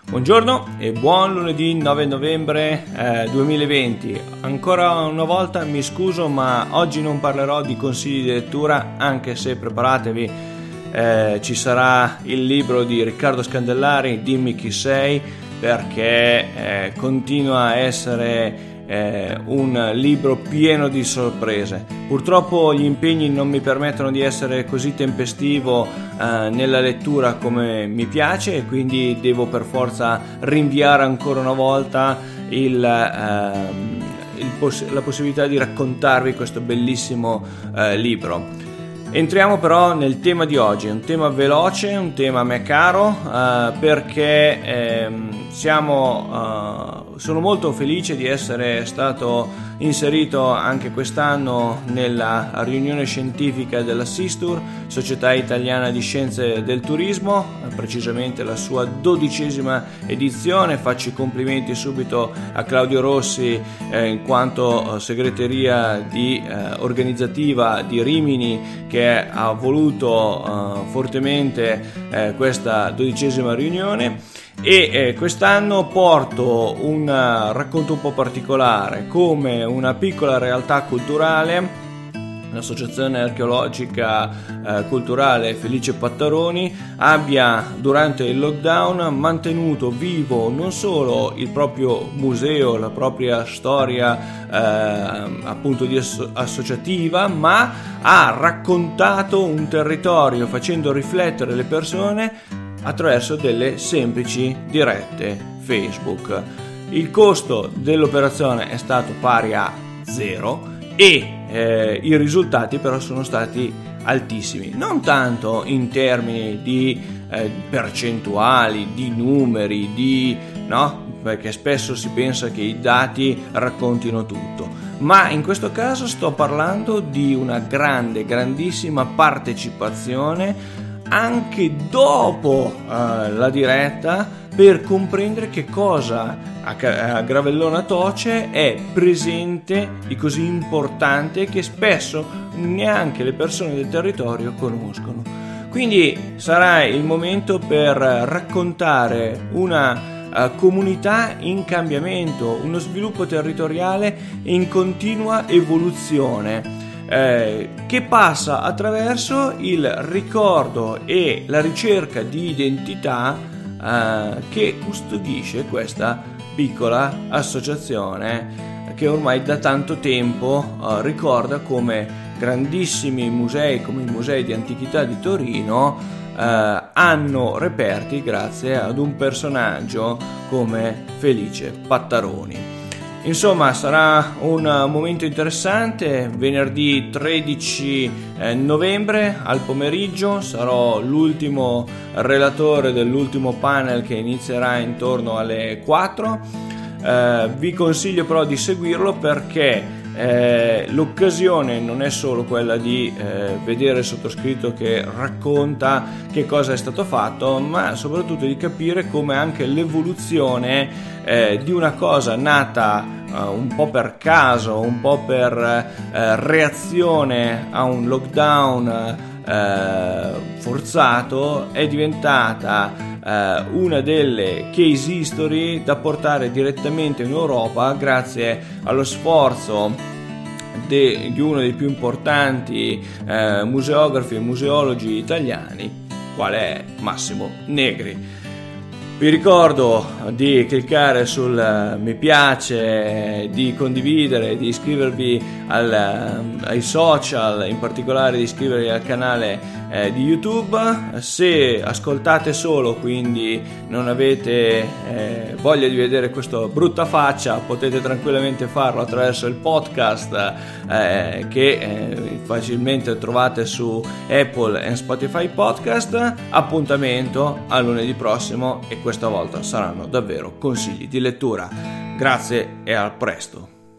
Buongiorno e buon lunedì 9 novembre 2020. Ancora una volta mi scuso, ma oggi non parlerò di consigli di lettura, anche se preparatevi, ci sarà il libro di Riccardo Scandellari, Dimmi chi sei, perché continua a essere un libro pieno di sorprese. Purtroppo gli impegni non mi permettono di essere così tempestivo nella lettura come mi piace, e quindi devo per forza rinviare ancora una volta la possibilità di raccontarvi questo bellissimo libro. Entriamo però nel tema di oggi, un tema veloce, un tema a me caro, perché sono molto felice di essere stato inserito anche quest'anno nella riunione scientifica della SISTUR, Società Italiana di Scienze del Turismo, precisamente la sua 12ª edizione. Faccio i complimenti subito a Claudio Rossi in quanto segreteria organizzativa di Rimini, che ha voluto fortemente questa 12ª riunione. E quest'anno porto un racconto un po' particolare, come una piccola realtà culturale, l'associazione archeologica culturale Felice Pattaroni, abbia durante il lockdown mantenuto vivo non solo il proprio museo, la propria storia appunto associativa, ma ha raccontato un territorio facendo riflettere le persone attraverso delle semplici dirette Facebook. Il costo dell'operazione è stato pari a 0 e i risultati però sono stati altissimi, non tanto in termini di percentuali, di numeri, perché spesso si pensa che i dati raccontino tutto, ma in questo caso sto parlando di una grandissima partecipazione anche dopo la diretta, per comprendere che cosa a Gravellona Toce è presente di così importante che spesso neanche le persone del territorio conoscono. Quindi sarà il momento per raccontare una comunità in cambiamento, uno sviluppo territoriale in continua evoluzione, che passa attraverso il ricordo e la ricerca di identità che custodisce questa piccola associazione, che ormai da tanto tempo ricorda come grandissimi musei come i musei di antichità di Torino hanno reperti grazie ad un personaggio come Felice Pattaroni. Insomma, sarà un momento interessante. Venerdì 13 novembre al pomeriggio sarò l'ultimo relatore dell'ultimo panel, che inizierà intorno alle 4. Vi consiglio però di seguirlo, perché l'occasione non è solo quella di vedere il sottoscritto che racconta che cosa è stato fatto, ma soprattutto di capire come anche l'evoluzione di una cosa nata un po' per caso, un po' per reazione a un lockdown forzato, è diventata una delle case history da portare direttamente in Europa, grazie allo sforzo di uno dei più importanti museografi e museologi italiani, qual è Massimo Negri. Vi ricordo di cliccare sul mi piace, di condividere, di iscrivervi ai social, in particolare di iscrivervi al canale di YouTube. Se ascoltate solo, quindi non avete voglia di vedere questa brutta faccia, potete tranquillamente farlo attraverso il podcast che facilmente trovate su Apple e Spotify Podcast. Appuntamento a lunedì prossimo, e questa volta saranno davvero consigli di lettura. Grazie e a presto.